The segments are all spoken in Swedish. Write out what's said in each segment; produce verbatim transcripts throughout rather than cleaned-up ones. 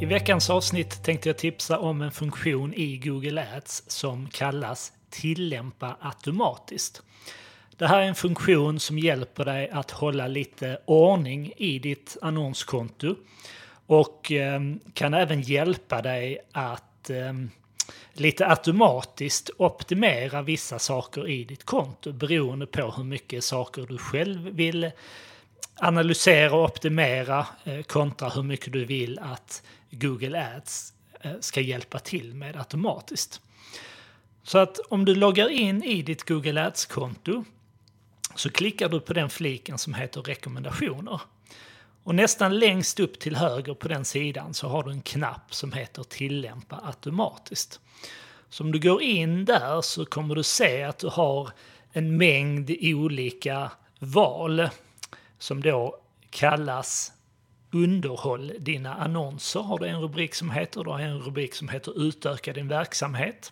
veckans avsnitt tänkte jag tipsa om en funktion i Google Ads som kallas tillämpa automatiskt. Det här är en funktion som hjälper dig att hålla lite ordning i ditt annonskonto och eh, kan även hjälpa dig att eh, lite automatiskt optimera vissa saker i ditt konto beroende på hur mycket saker du själv vill analysera och optimera eh, kontra hur mycket du vill att Google Ads eh, ska hjälpa till med automatiskt. Så att om du loggar in i ditt Google Ads-konto så klickar du på den fliken som heter rekommendationer. Och nästan längst upp till höger på den sidan så har du en knapp som heter tillämpa automatiskt. Så om du går in där så kommer du se att du har en mängd olika val som då kallas underhåll dina annonser. Har du en rubrik som heter, då har en rubrik som heter utöka din verksamhet.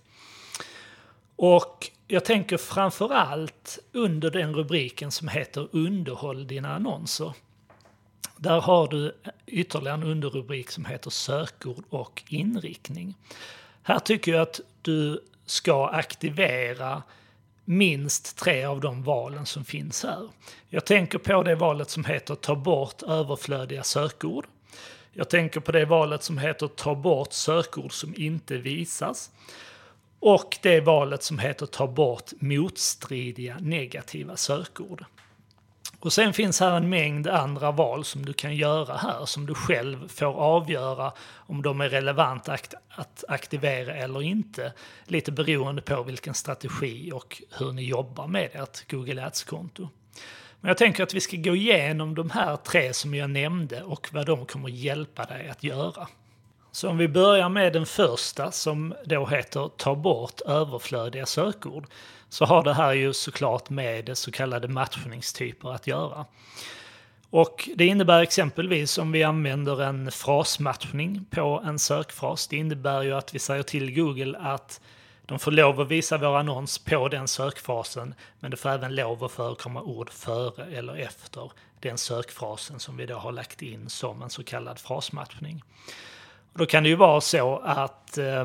Och jag tänker framförallt under den rubriken som heter underhåll dina annonser. Där har du ytterligare en underrubrik som heter sökord och inriktning. Här tycker jag att du ska aktivera minst tre av de valen som finns här. Jag tänker på det valet som heter ta bort överflödiga sökord. Jag tänker på det valet som heter ta bort sökord som inte visas. Och det valet som heter ta bort motstridiga negativa sökord. Och sen finns här en mängd andra val som du kan göra här som du själv får avgöra om de är relevanta att aktivera eller inte. Lite beroende på vilken strategi och hur ni jobbar med ert Google Ads-konto. Men jag tänker att vi ska gå igenom de här tre som jag nämnde och vad de kommer hjälpa dig att göra. Så om vi börjar med den första som då heter ta bort överflödiga sökord så har det här ju såklart med så kallade matchningstyper att göra. Och det innebär exempelvis om vi använder en frasmatchning på en sökfras. Det innebär ju att vi säger till Google att de får lov att visa vår annons på den sökfrasen men det får även lov att förekomma ord före eller efter den sökfrasen som vi då har lagt in som en så kallad frasmatchning. Då kan det ju vara så att eh,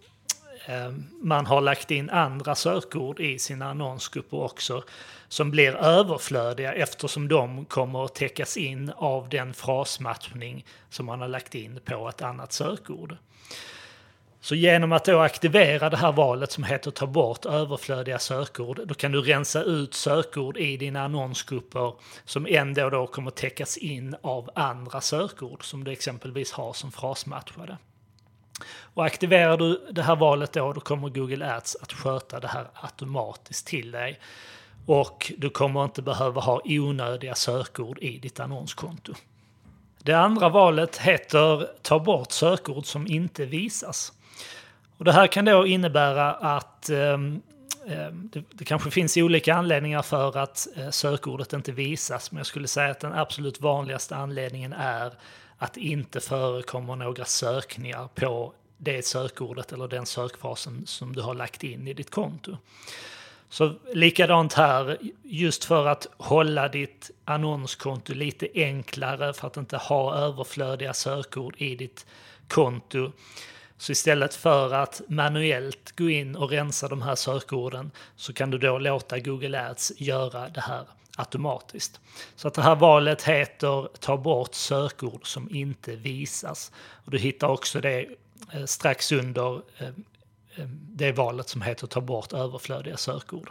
man har lagt in andra sökord i sina annonsgrupper också som blir överflödiga eftersom de kommer att täckas in av den frasmatchning som man har lagt in på ett annat sökord. Så genom att då aktivera det här valet som heter ta bort överflödiga sökord, då kan du rensa ut sökord i dina annonsgrupper som ändå då kommer täckas in av andra sökord som du exempelvis har som frasmatchade. Och aktiverar du det här valet då, då kommer Google Ads att sköta det här automatiskt till dig. Och du kommer inte behöva ha onödiga sökord i ditt annonskonto. Det andra valet heter ta bort sökord som inte visas. Och det här kan då innebära att eh, det, det kanske finns olika anledningar för att eh, sökordet inte visas. Men jag skulle säga att den absolut vanligaste anledningen är att det inte förekommer några sökningar på det sökordet eller den sökfrasen som du har lagt in i ditt konto. Så likadant här, just för att hålla ditt annonskonto lite enklare för att inte ha överflödiga sökord i ditt konto. Så istället för att manuellt gå in och rensa de här sökorden så kan du då låta Google Ads göra det här automatiskt. Så att det här valet heter ta bort sökord som inte visas. Och du hittar också det strax under det valet som heter ta bort överflödiga sökord.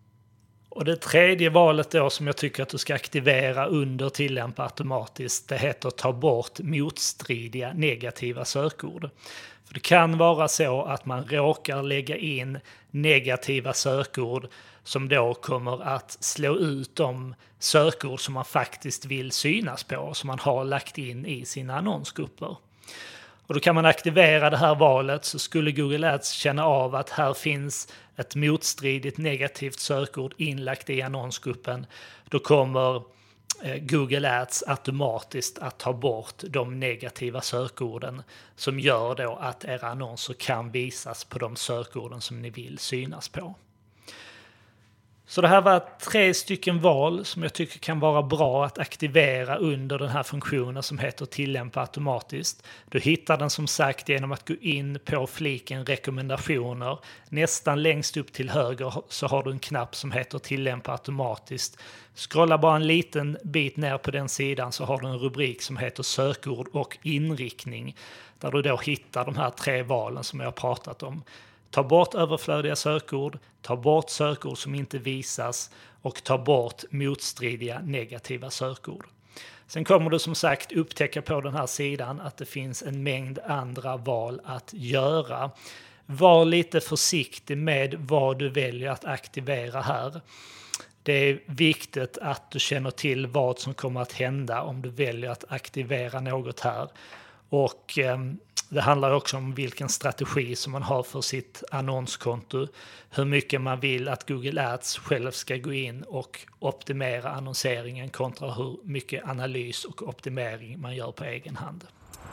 Och det tredje valet då som jag tycker att du ska aktivera under tillämpa automatiskt, det heter ta bort motstridiga negativa sökord. För det kan vara så att man råkar lägga in negativa sökord som då kommer att slå ut de sökord som man faktiskt vill synas på, som man har lagt in i sina annonsgrupper. Och då kan man aktivera det här valet så skulle Google Ads känna av att här finns ett motstridigt negativt sökord inlagt i annonsgruppen. Då kommer Google Ads automatiskt att ta bort de negativa sökorden som gör då att era annonser kan visas på de sökorden som ni vill synas på. Så det här var tre stycken val som jag tycker kan vara bra att aktivera under den här funktionen som heter tillämpa automatiskt. Du hittar den som sagt genom att gå in på fliken rekommendationer. Nästan längst upp till höger så har du en knapp som heter tillämpa automatiskt. Scrolla bara en liten bit ner på den sidan så har du en rubrik som heter sökord och inriktning. Där du då hittar de här tre valen som jag har pratat om. Ta bort överflödiga sökord, ta bort sökord som inte visas och ta bort motstridiga negativa sökord. Sen kommer du som sagt upptäcka på den här sidan att det finns en mängd andra val att göra. Var lite försiktig med vad du väljer att aktivera här. Det är viktigt att du känner till vad som kommer att hända om du väljer att aktivera något här. Och eh, det handlar också om vilken strategi som man har för sitt annonskonto. Hur mycket man vill att Google Ads själv ska gå in och optimera annonseringen kontra hur mycket analys och optimering man gör på egen hand.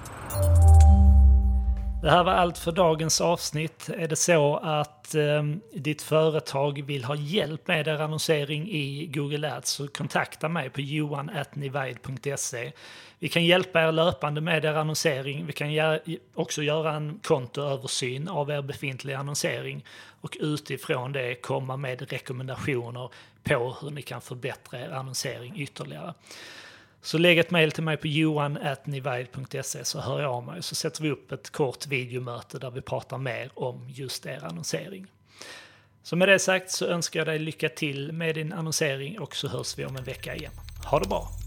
Det här var allt för dagens avsnitt. Är det så att eh, ditt företag vill ha hjälp med er annonsering i Google Ads så kontakta mig på johan at nivide punkt se. Vi kan hjälpa er löpande med er annonsering. Vi kan gär- också göra en kontoöversyn av er befintliga annonsering och utifrån det komma med rekommendationer på hur ni kan förbättra er annonsering ytterligare. Så lägg ett mejl till mig på johan at nivide punkt se så hör jag av mig så sätter vi upp ett kort videomöte där vi pratar mer om just er annonsering. Så med det sagt så önskar jag dig lycka till med din annonsering och så hörs vi om en vecka igen. Ha det bra!